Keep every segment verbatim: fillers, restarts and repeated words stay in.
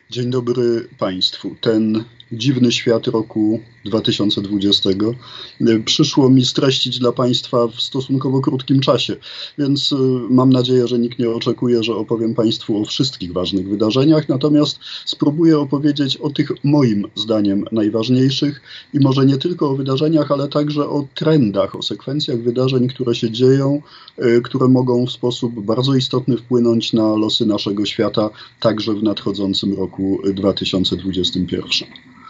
Dzień dobry Państwu. Ten dziwny świat roku dwa tysiące dwudziestego przyszło mi streścić dla Państwa w stosunkowo krótkim czasie, więc mam nadzieję, że nikt nie oczekuje, że opowiem Państwu o wszystkich ważnych wydarzeniach, natomiast spróbuję opowiedzieć o tych moim zdaniem najważniejszych i może nie tylko o wydarzeniach, ale także o trendach, o sekwencjach wydarzeń, które się dzieją, które mogą w sposób bardzo istotny wpłynąć na losy naszego świata także w nadchodzącym roku dwa tysiące dwudziestym pierwszym.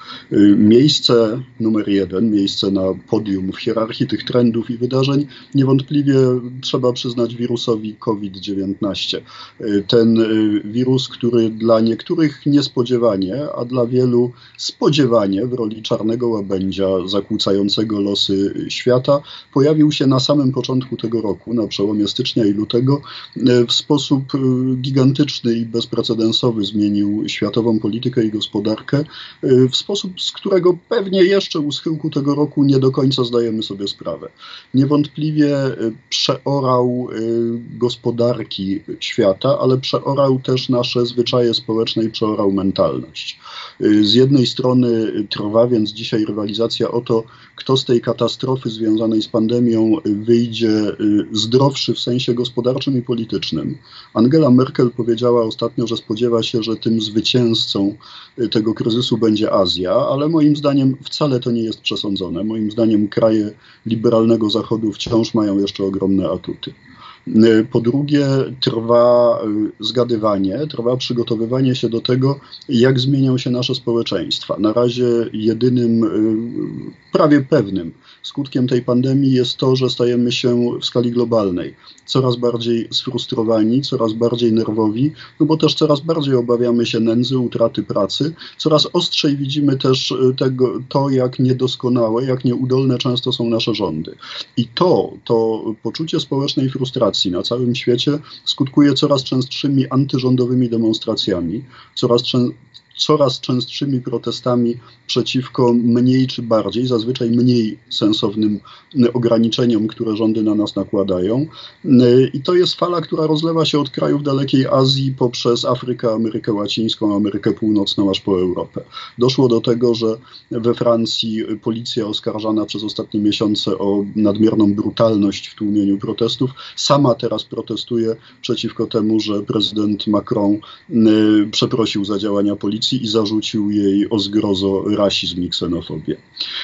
Miejsce numer jeden, miejsce na podium w hierarchii tych trendów i wydarzeń niewątpliwie trzeba przyznać wirusowi COVID dziewiętnaście. Ten wirus, który dla niektórych niespodziewanie, a dla wielu spodziewanie w roli czarnego łabędzia zakłócającego losy świata, pojawił się na samym początku tego roku, na przełomie stycznia i lutego, w sposób gigantyczny i bezprecedensowy zmienił światową politykę i gospodarkę, w sposób, z którego pewnie jeszcze u schyłku tego roku nie do końca zdajemy sobie sprawę. Niewątpliwie przeorał gospodarki świata, ale przeorał też nasze zwyczaje społeczne i przeorał mentalność. Z jednej strony trwa więc dzisiaj rywalizacja o to, kto z tej katastrofy związanej z pandemią wyjdzie zdrowszy w sensie gospodarczym i politycznym. Angela Merkel powiedziała ostatnio, że spodziewa się, że tym zwycięzcą tego kryzysu będzie Azja, ale moim zdaniem wcale to nie jest przesądzone. Moim zdaniem kraje liberalnego Zachodu wciąż mają jeszcze ogromne atuty. Po drugie, trwa zgadywanie, trwa przygotowywanie się do tego, jak zmienią się nasze społeczeństwa. Na razie jedynym, prawie pewnym skutkiem tej pandemii jest to, że stajemy się w skali globalnej coraz bardziej sfrustrowani, coraz bardziej nerwowi, no bo też coraz bardziej obawiamy się nędzy, utraty pracy, coraz ostrzej widzimy też tego, to, jak niedoskonałe, jak nieudolne często są nasze rządy. I to, to poczucie społecznej frustracji na całym świecie skutkuje coraz częstszymi antyrządowymi demonstracjami, coraz czę- coraz częstszymi protestami przeciwko mniej czy bardziej, zazwyczaj mniej sensownym ograniczeniom, które rządy na nas nakładają. I to jest fala, która rozlewa się od krajów dalekiej Azji poprzez Afrykę, Amerykę Łacińską, Amerykę Północną, aż po Europę. Doszło do tego, że we Francji policja oskarżana przez ostatnie miesiące o nadmierną brutalność w tłumieniu protestów sama teraz protestuje przeciwko temu, że prezydent Macron przeprosił za działania policji i zarzucił jej o zgrozo rasizm i ksenofobię.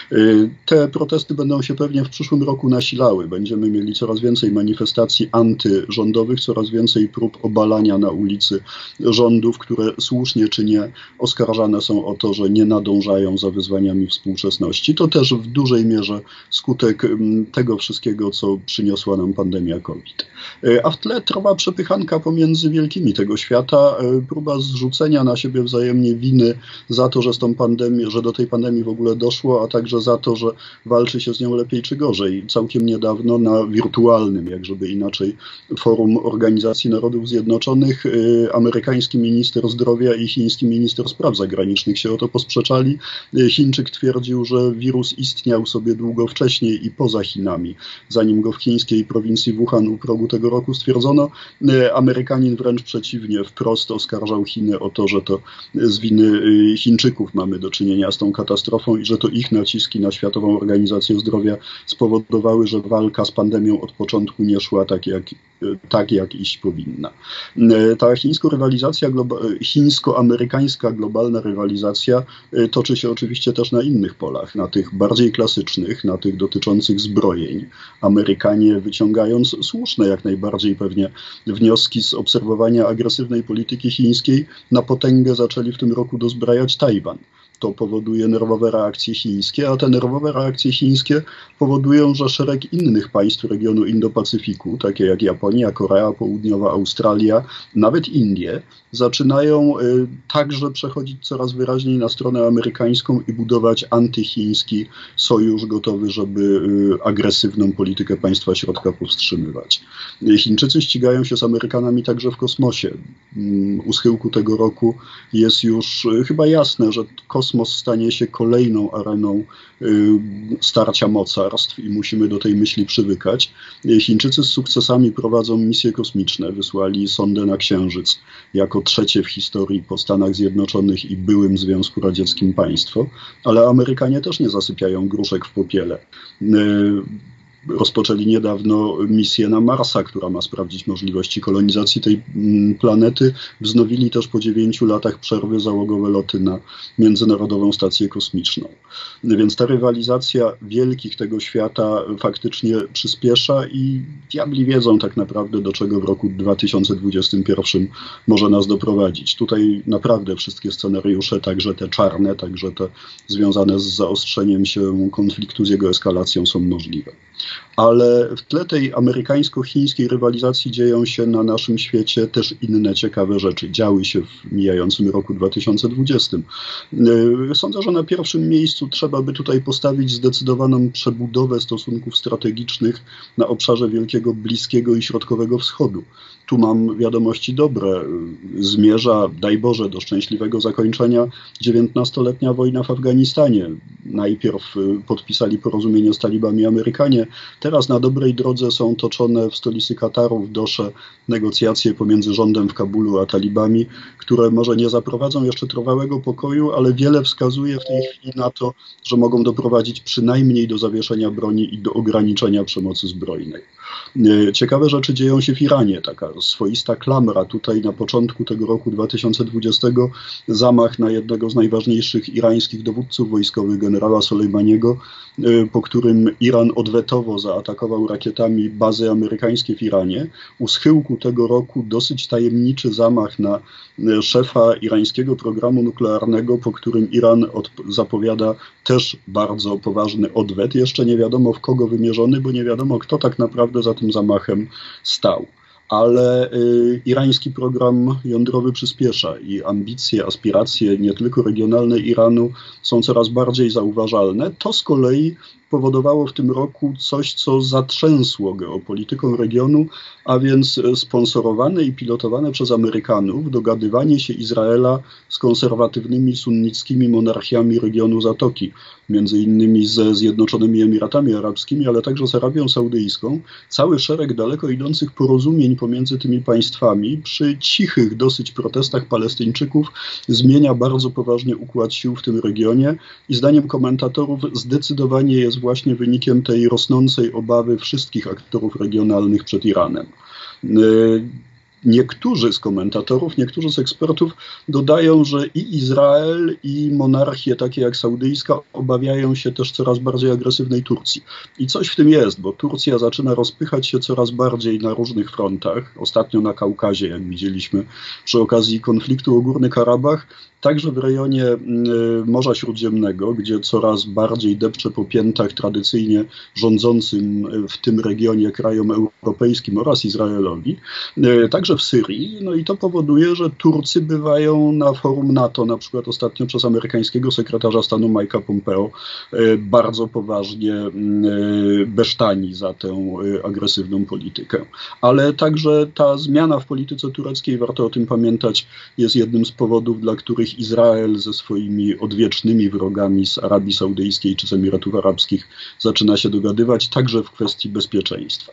Te protesty będą się pewnie w przyszłym roku nasilały. Będziemy mieli coraz więcej manifestacji antyrządowych, coraz więcej prób obalania na ulicy rządów, które słusznie czy nie oskarżane są o to, że nie nadążają za wyzwaniami współczesności. To też w dużej mierze skutek tego wszystkiego, co przyniosła nam pandemia COVID. A w tle trwa przepychanka pomiędzy wielkimi tego świata, próba zrzucenia na siebie wzajemnie winy za to, że z tą pandemią, że do tej pandemii w ogóle doszło, a także za to, że walczy się z nią lepiej czy gorzej. Całkiem niedawno na wirtualnym, jak żeby inaczej, forum Organizacji Narodów Zjednoczonych amerykański minister zdrowia i chiński minister spraw zagranicznych się o to posprzeczali. Chińczyk twierdził, że wirus istniał sobie długo wcześniej i poza Chinami, zanim go w chińskiej prowincji Wuhan u progu tego roku stwierdzono. Amerykanin wręcz przeciwnie, wprost oskarżał Chiny o to, że to z winy Chińczyków mamy do czynienia z tą katastrofą i że to ich naciski na Światową Organizację Zdrowia spowodowały, że walka z pandemią od początku nie szła tak, jak, tak, jak iść powinna. Ta chińsko-rywalizacja, chińsko-amerykańska globalna rywalizacja toczy się oczywiście też na innych polach, na tych bardziej klasycznych, na tych dotyczących zbrojeń. Amerykanie, wyciągając słuszne jak najbardziej pewnie wnioski z obserwowania agresywnej polityki chińskiej, na potęgę zaczęli w tym roku dozbrajać Tajwan. To powoduje nerwowe reakcje chińskie, a te nerwowe reakcje chińskie powodują, że szereg innych państw regionu Indo-Pacyfiku, takie jak Japonia, Korea Południowa, Australia, nawet Indie, zaczynają y, także przechodzić coraz wyraźniej na stronę amerykańską i budować antychiński sojusz gotowy, żeby y, agresywną politykę państwa środka powstrzymywać. Chińczycy ścigają się z Amerykanami także w kosmosie. Y, u schyłku tego roku jest już y, chyba jasne, że kosmos kosmos stanie się kolejną areną starcia mocarstw i musimy do tej myśli przywykać. Chińczycy z sukcesami prowadzą misje kosmiczne, wysłali sondę na Księżyc jako trzecie w historii po Stanach Zjednoczonych i byłym Związku Radzieckim państwo, ale Amerykanie też nie zasypiają gruszek w popiele. Rozpoczęli niedawno misję na Marsa, która ma sprawdzić możliwości kolonizacji tej planety. Wznowili też po dziewięciu latach przerwy załogowe loty na Międzynarodową Stację Kosmiczną. Więc ta rywalizacja wielkich tego świata faktycznie przyspiesza i diabli wiedzą tak naprawdę, do czego w roku dwa tysiące dwudziestym pierwszym może nas doprowadzić. Tutaj naprawdę wszystkie scenariusze, także te czarne, także te związane z zaostrzeniem się konfliktu, z jego eskalacją, są możliwe. Ale w tle tej amerykańsko-chińskiej rywalizacji dzieją się na naszym świecie też inne ciekawe rzeczy. Działy się w mijającym roku dwa tysiące dwudziestym. Sądzę, że na pierwszym miejscu trzeba by tutaj postawić zdecydowaną przebudowę stosunków strategicznych na obszarze Wielkiego Bliskiego i Środkowego Wschodu. Tu mam wiadomości dobre. Zmierza, daj Boże, do szczęśliwego zakończenia dziewiętnastoletnia wojna w Afganistanie. Najpierw podpisali porozumienie z talibami Amerykanie. Teraz na dobrej drodze są toczone w stolicy Kataru, w Dosze, negocjacje pomiędzy rządem w Kabulu a talibami, które może nie zaprowadzą jeszcze trwałego pokoju, ale wiele wskazuje w tej chwili na to, że mogą doprowadzić przynajmniej do zawieszenia broni i do ograniczenia przemocy zbrojnej. Ciekawe rzeczy dzieją się w Iranie, taka swoista klamra. Tutaj na początku tego roku dwa tysiące dwudziestego zamach na jednego z najważniejszych irańskich dowódców wojskowych, generała Solejmaniego, po którym Iran odwetowo zaatakował rakietami bazy amerykańskie w Iranie. U schyłku tego roku dosyć tajemniczy zamach na szefa irańskiego programu nuklearnego, po którym Iran od, zapowiada też bardzo poważny odwet. Jeszcze nie wiadomo, w kogo wymierzony, bo nie wiadomo, kto tak naprawdę za tym zamachem stał. Ale y, irański program jądrowy przyspiesza i ambicje, aspiracje nie tylko regionalne Iranu są coraz bardziej zauważalne. To z kolei powodowało w tym roku coś, co zatrzęsło geopolityką regionu, a więc sponsorowane i pilotowane przez Amerykanów dogadywanie się Izraela z konserwatywnymi sunnickimi monarchiami regionu Zatoki, między innymi ze Zjednoczonymi Emiratami Arabskimi, ale także z Arabią Saudyjską. Cały szereg daleko idących porozumień pomiędzy tymi państwami przy cichych dosyć protestach Palestyńczyków zmienia bardzo poważnie układ sił w tym regionie i zdaniem komentatorów zdecydowanie jest właśnie wynikiem tej rosnącej obawy wszystkich aktorów regionalnych przed Iranem. Niektórzy z komentatorów, niektórzy z ekspertów dodają, że i Izrael, i monarchie takie jak saudyjska obawiają się też coraz bardziej agresywnej Turcji. I coś w tym jest, bo Turcja zaczyna rozpychać się coraz bardziej na różnych frontach. Ostatnio na Kaukazie, jak widzieliśmy przy okazji konfliktu o Górny Karabach, także w rejonie Morza Śródziemnego, gdzie coraz bardziej depcze po piętach tradycyjnie rządzącym w tym regionie krajom europejskim oraz Izraelowi, także w Syrii. No i to powoduje, że Turcy bywają na forum NATO, na przykład ostatnio przez amerykańskiego sekretarza stanu Mike'a Pompeo, bardzo poważnie besztani za tę agresywną politykę. Ale także ta zmiana w polityce tureckiej, warto o tym pamiętać, jest jednym z powodów, dla których Izrael ze swoimi odwiecznymi wrogami z Arabii Saudyjskiej czy z Emiratów Arabskich zaczyna się dogadywać także w kwestii bezpieczeństwa.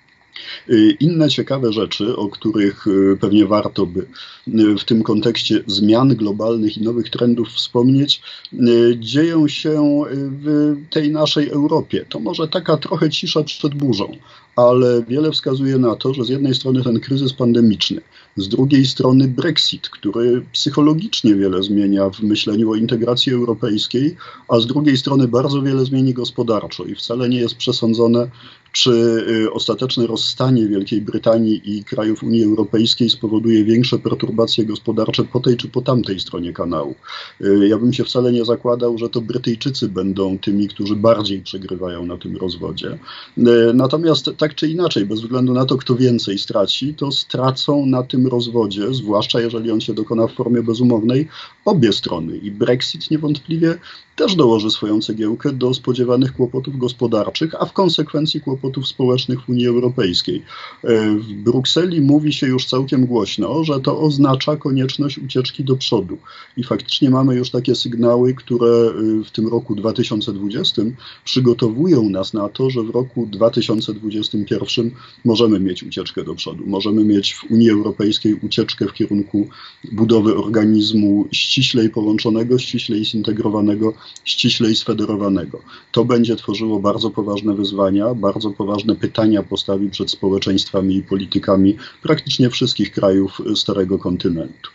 Inne ciekawe rzeczy, o których pewnie warto by w tym kontekście zmian globalnych i nowych trendów wspomnieć, dzieją się w tej naszej Europie. To może taka trochę cisza przed burzą, ale wiele wskazuje na to, że z jednej strony ten kryzys pandemiczny, z drugiej strony Brexit, który psychologicznie wiele zmienia w myśleniu o integracji europejskiej, a z drugiej strony bardzo wiele zmieni gospodarczo i wcale nie jest przesądzone, czy ostateczne rozstanie Wielkiej Brytanii i krajów Unii Europejskiej spowoduje większe perturbacje gospodarcze po tej czy po tamtej stronie kanału. Ja bym się wcale nie zakładał, że to Brytyjczycy będą tymi, którzy bardziej przegrywają na tym rozwodzie. Natomiast tak czy inaczej, bez względu na to, kto więcej straci, to stracą na tym rozwodzie, zwłaszcza jeżeli on się dokona w formie bezumownej, obie strony. I Brexit niewątpliwie też dołoży swoją cegiełkę do spodziewanych kłopotów gospodarczych, a w konsekwencji kłopotów kłopotów społecznych w Unii Europejskiej. W Brukseli mówi się już całkiem głośno, że to oznacza konieczność ucieczki do przodu. I faktycznie mamy już takie sygnały, które w tym roku dwa tysiące dwudziestym przygotowują nas na to, że w roku dwa tysiące dwudziestym pierwszym możemy mieć ucieczkę do przodu. Możemy mieć w Unii Europejskiej ucieczkę w kierunku budowy organizmu ściślej połączonego, ściślej zintegrowanego, ściślej sfederowanego. To będzie tworzyło bardzo poważne wyzwania, bardzo poważne pytania postawi przed społeczeństwami i politykami praktycznie wszystkich krajów Starego Kontynentu.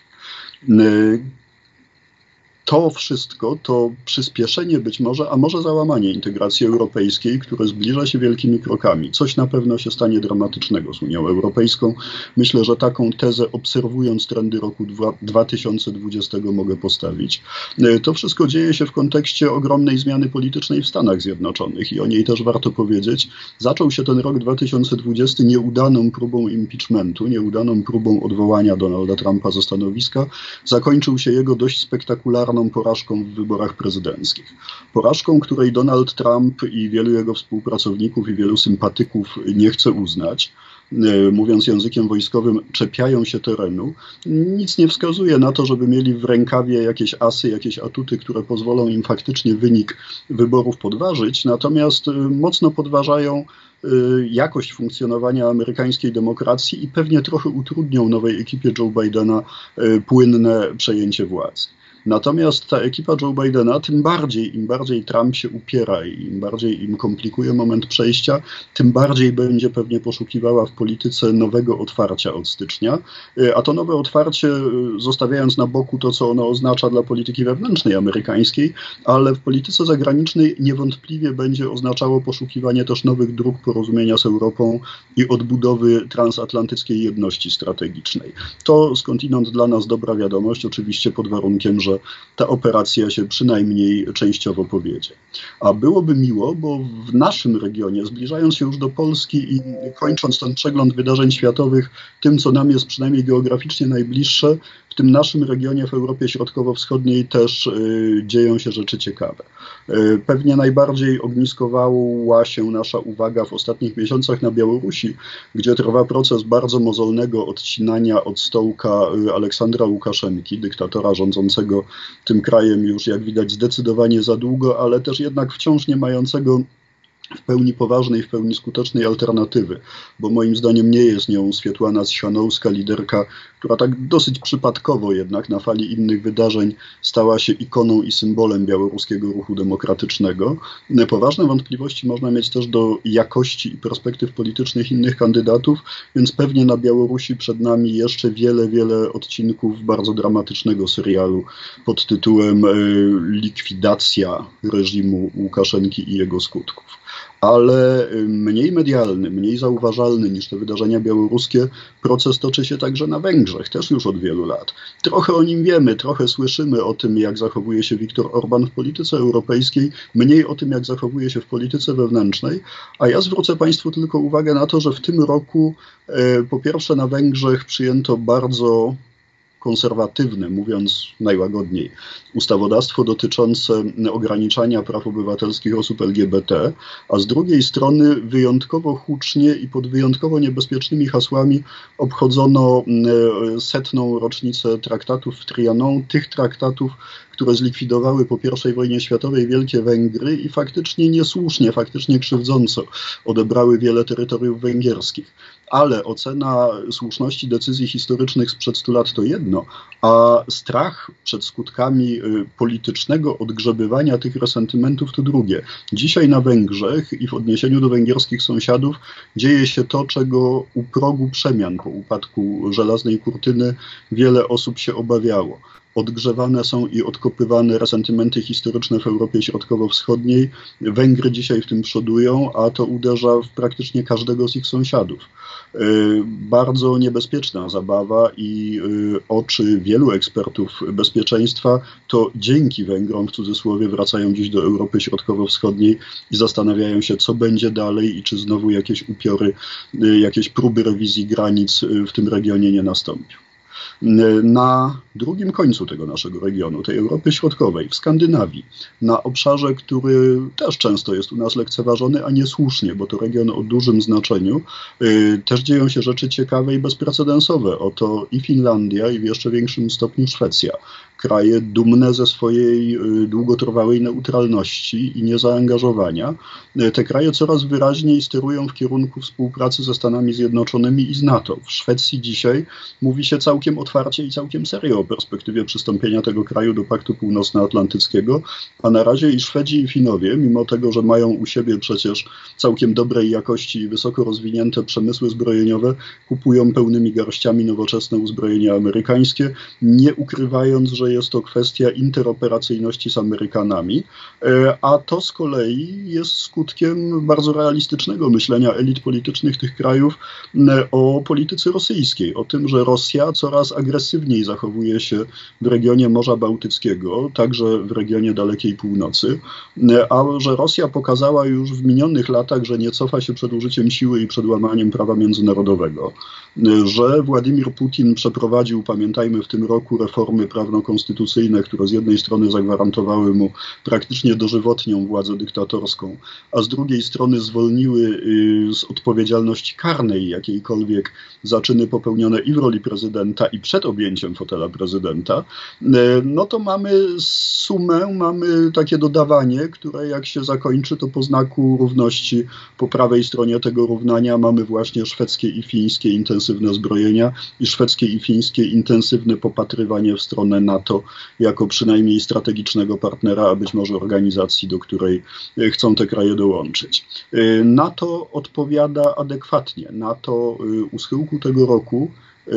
To wszystko to przyspieszenie być może, a może załamanie integracji europejskiej, które zbliża się wielkimi krokami. Coś na pewno się stanie dramatycznego z Unią Europejską. Myślę, że taką tezę, obserwując trendy roku dwa tysiące dwudziestego, mogę postawić. To wszystko dzieje się w kontekście ogromnej zmiany politycznej w Stanach Zjednoczonych i o niej też warto powiedzieć. Zaczął się ten rok dwa tysiące dwudziesty nieudaną próbą impeachmentu, nieudaną próbą odwołania Donalda Trumpa ze stanowiska. Zakończył się jego dość spektakularną porażką w wyborach prezydenckich. Porażką, której Donald Trump i wielu jego współpracowników i wielu sympatyków nie chce uznać. Mówiąc językiem wojskowym, czepiają się terenu. Nic nie wskazuje na to, żeby mieli w rękawie jakieś asy, jakieś atuty, które pozwolą im faktycznie wynik wyborów podważyć, natomiast mocno podważają jakość funkcjonowania amerykańskiej demokracji i pewnie trochę utrudnią nowej ekipie Joe Bidena płynne przejęcie władzy. Natomiast ta ekipa Joe Bidena, tym bardziej, im bardziej Trump się upiera i im bardziej im komplikuje moment przejścia, tym bardziej będzie pewnie poszukiwała w polityce nowego otwarcia od stycznia. A to nowe otwarcie, zostawiając na boku to, co ono oznacza dla polityki wewnętrznej amerykańskiej, ale w polityce zagranicznej niewątpliwie będzie oznaczało poszukiwanie też nowych dróg porozumienia z Europą i odbudowy transatlantyckiej jedności strategicznej. To skądinąd dla nas dobra wiadomość, oczywiście pod warunkiem, że ta operacja się przynajmniej częściowo powiedzie. A byłoby miło, bo w naszym regionie, zbliżając się już do Polski i kończąc ten przegląd wydarzeń światowych tym, co nam jest przynajmniej geograficznie najbliższe, w tym naszym regionie w Europie Środkowo-Wschodniej też y, dzieją się rzeczy ciekawe. Y, pewnie najbardziej ogniskowała się nasza uwaga w ostatnich miesiącach na Białorusi, gdzie trwa proces bardzo mozolnego odcinania od stołka y, Aleksandra Łukaszenki, dyktatora rządzącego tym krajem już, jak widać, zdecydowanie za długo, ale też jednak wciąż nie mającego w pełni poważnej, w pełni skutecznej alternatywy, bo moim zdaniem nie jest nią Swiatłana Cichanouska, liderka, która tak dosyć przypadkowo jednak na fali innych wydarzeń stała się ikoną i symbolem białoruskiego ruchu demokratycznego. Poważne wątpliwości można mieć też do jakości i perspektyw politycznych innych kandydatów, więc pewnie na Białorusi przed nami jeszcze wiele, wiele odcinków bardzo dramatycznego serialu pod tytułem Likwidacja reżimu Łukaszenki i jego skutków. Ale mniej medialny, mniej zauważalny niż te wydarzenia białoruskie proces toczy się także na Węgrzech, też już od wielu lat. Trochę o nim wiemy, trochę słyszymy o tym, jak zachowuje się Viktor Orban w polityce europejskiej, mniej o tym, jak zachowuje się w polityce wewnętrznej, a ja zwrócę Państwu tylko uwagę na to, że w tym roku e, po pierwsze na Węgrzech przyjęto bardzo konserwatywne, mówiąc najłagodniej, ustawodawstwo dotyczące ograniczania praw obywatelskich osób L G B T, a z drugiej strony wyjątkowo hucznie i pod wyjątkowo niebezpiecznymi hasłami obchodzono setną rocznicę traktatów w Trianon, tych traktatów, które zlikwidowały po pierwszej wojnie światowej Wielkie Węgry i faktycznie niesłusznie, faktycznie krzywdząco odebrały wiele terytoriów węgierskich. Ale ocena słuszności decyzji historycznych sprzed stu lat to jedno, a strach przed skutkami politycznego odgrzebywania tych resentymentów to drugie. Dzisiaj na Węgrzech i w odniesieniu do węgierskich sąsiadów dzieje się to, czego u progu przemian po upadku żelaznej kurtyny wiele osób się obawiało. Odgrzewane są i odkopywane resentymenty historyczne w Europie Środkowo-Wschodniej. Węgry dzisiaj w tym przodują, a to uderza w praktycznie każdego z ich sąsiadów. Bardzo niebezpieczna zabawa i oczy wielu ekspertów bezpieczeństwa to dzięki Węgrom w cudzysłowie wracają dziś do Europy Środkowo-Wschodniej i zastanawiają się, co będzie dalej i czy znowu jakieś upiory, jakieś próby rewizji granic w tym regionie nie nastąpią. Na drugim końcu tego naszego regionu, tej Europy Środkowej, w Skandynawii, na obszarze, który też często jest u nas lekceważony, a niesłusznie, bo to region o dużym znaczeniu, też dzieją się rzeczy ciekawe i bezprecedensowe. Oto i Finlandia, i w jeszcze większym stopniu Szwecja. Kraje dumne ze swojej długotrwałej neutralności i niezaangażowania. Te kraje coraz wyraźniej sterują w kierunku współpracy ze Stanami Zjednoczonymi i z NATO. W Szwecji dzisiaj mówi się całkiem otwarcie i całkiem serio o perspektywie przystąpienia tego kraju do Paktu Północnoatlantyckiego, a na razie i Szwedzi, i Finowie, mimo tego, że mają u siebie przecież całkiem dobrej jakości i wysoko rozwinięte przemysły zbrojeniowe, kupują pełnymi garściami nowoczesne uzbrojenie amerykańskie, nie ukrywając, że jest to kwestia interoperacyjności z Amerykanami, a to z kolei jest skutkiem bardzo realistycznego myślenia elit politycznych tych krajów o polityce rosyjskiej, o tym, że Rosja coraz agresywniej zachowuje się w regionie Morza Bałtyckiego, także w regionie dalekiej północy, a że Rosja pokazała już w minionych latach, że nie cofa się przed użyciem siły i przed łamaniem prawa międzynarodowego, że Władimir Putin przeprowadził, pamiętajmy, w tym roku reformy prawno-konstytucyjne, które z jednej strony zagwarantowały mu praktycznie dożywotnią władzę dyktatorską, a z drugiej strony zwolniły z odpowiedzialności karnej jakiejkolwiek za czyny popełnione i w roli prezydenta, i przed objęciem fotela prezydenta, no to mamy sumę, mamy takie dodawanie, które jak się zakończy, to po znaku równości po prawej stronie tego równania mamy właśnie szwedzkie i fińskie intensywne zbrojenia i szwedzkie i fińskie intensywne popatrywanie w stronę NATO jako przynajmniej strategicznego partnera, a być może organizacji, do której chcą te kraje dołączyć. NATO odpowiada adekwatnie. NATO u schyłku tego roku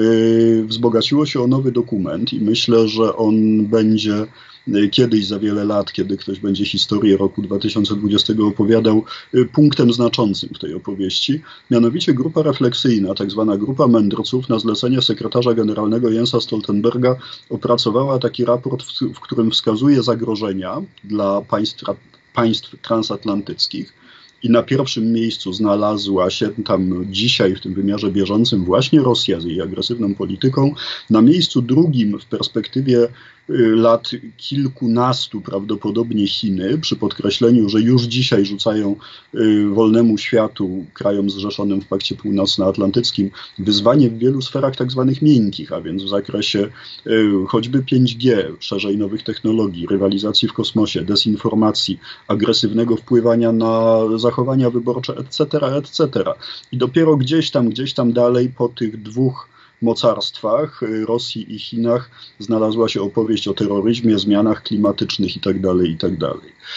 wzbogaciło się o nowy dokument i myślę, że on będzie kiedyś za wiele lat, kiedy ktoś będzie historię roku dwa tysiące dwudziestego opowiadał, punktem znaczącym w tej opowieści, mianowicie grupa refleksyjna, tak zwana grupa mędrców, na zlecenie sekretarza generalnego Jensa Stoltenberga opracowała taki raport, w, w którym wskazuje zagrożenia dla państw, państw transatlantyckich. I na pierwszym miejscu znalazła się tam dzisiaj w tym wymiarze bieżącym właśnie Rosja z jej agresywną polityką. Na miejscu drugim w perspektywie lat kilkunastu prawdopodobnie Chiny, przy podkreśleniu, że już dzisiaj rzucają wolnemu światu, krajom zrzeszonym w Pakcie Północnoatlantyckim, wyzwanie w wielu sferach tak zwanych miękkich, a więc w zakresie choćby pięć G, szerzej nowych technologii, rywalizacji w kosmosie, dezinformacji, agresywnego wpływania na zachowania wyborcze, et cetera, et cetera. I dopiero gdzieś tam, gdzieś tam dalej po tych dwóch mocarstwach, Rosji i Chinach, znalazła się opowieść o terroryzmie, zmianach klimatycznych itd., itd.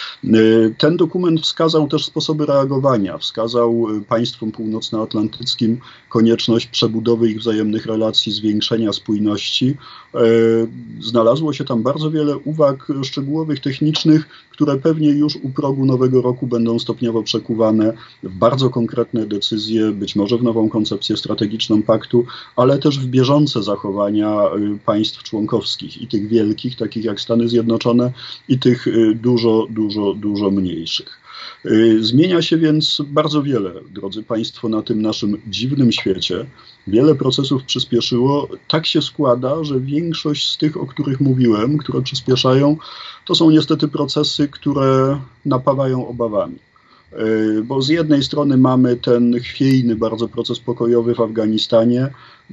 Ten dokument wskazał też sposoby reagowania, wskazał państwom północnoatlantyckim konieczność przebudowy ich wzajemnych relacji, zwiększenia spójności. Znalazło się tam bardzo wiele uwag szczegółowych, technicznych, które pewnie już u progu nowego roku będą stopniowo przekuwane w bardzo konkretne decyzje, być może w nową koncepcję strategiczną paktu, ale też w bieżące zachowania państw członkowskich i tych wielkich, takich jak Stany Zjednoczone, i tych dużo, dużo, dużo mniejszych. Zmienia się więc bardzo wiele, drodzy Państwo, na tym naszym dziwnym świecie. Wiele procesów przyspieszyło. Tak się składa, że większość z tych, o których mówiłem, które przyspieszają, to są niestety procesy, które napawają obawami. Bo z jednej strony mamy ten chwiejny bardzo proces pokojowy w Afganistanie,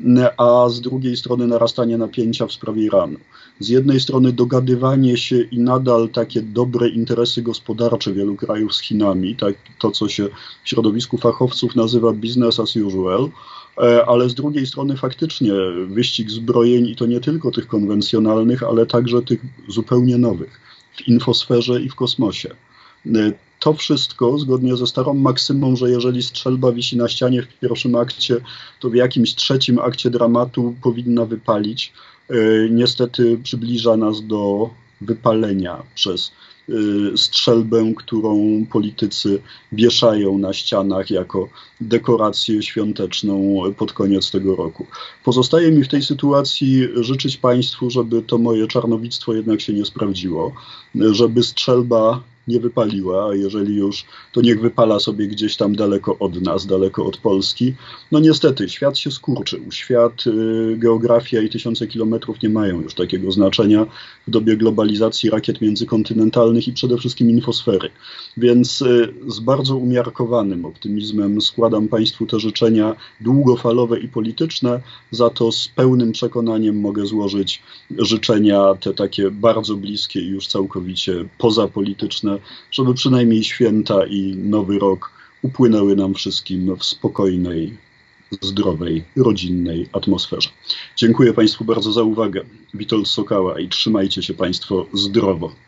a z drugiej strony narastanie napięcia w sprawie Iranu. Z jednej strony dogadywanie się i nadal takie dobre interesy gospodarcze wielu krajów z Chinami, tak, to co się w środowisku fachowców nazywa business as usual, ale z drugiej strony faktycznie wyścig zbrojeń i to nie tylko tych konwencjonalnych, ale także tych zupełnie nowych w infosferze i w kosmosie. To wszystko, zgodnie ze starą maksymą, że jeżeli strzelba wisi na ścianie w pierwszym akcie, to w jakimś trzecim akcie dramatu powinna wypalić, niestety przybliża nas do wypalenia przez strzelbę, którą politycy wieszają na ścianach jako dekorację świąteczną pod koniec tego roku. Pozostaje mi w tej sytuacji życzyć Państwu, żeby to moje czarnowictwo jednak się nie sprawdziło, żeby strzelba nie wypaliła, a jeżeli już, to niech wypala sobie gdzieś tam daleko od nas, daleko od Polski. No niestety, świat się skurczył. Świat, y, geografia i tysiące kilometrów nie mają już takiego znaczenia w dobie globalizacji rakiet międzykontynentalnych i przede wszystkim infosfery. Więc y, z bardzo umiarkowanym optymizmem składam Państwu te życzenia długofalowe i polityczne, za to z pełnym przekonaniem mogę złożyć życzenia te takie bardzo bliskie i już całkowicie pozapolityczne, żeby przynajmniej święta i nowy rok upłynęły nam wszystkim w spokojnej, zdrowej, rodzinnej atmosferze. Dziękuję Państwu bardzo za uwagę. Witold Sokała i trzymajcie się Państwo zdrowo.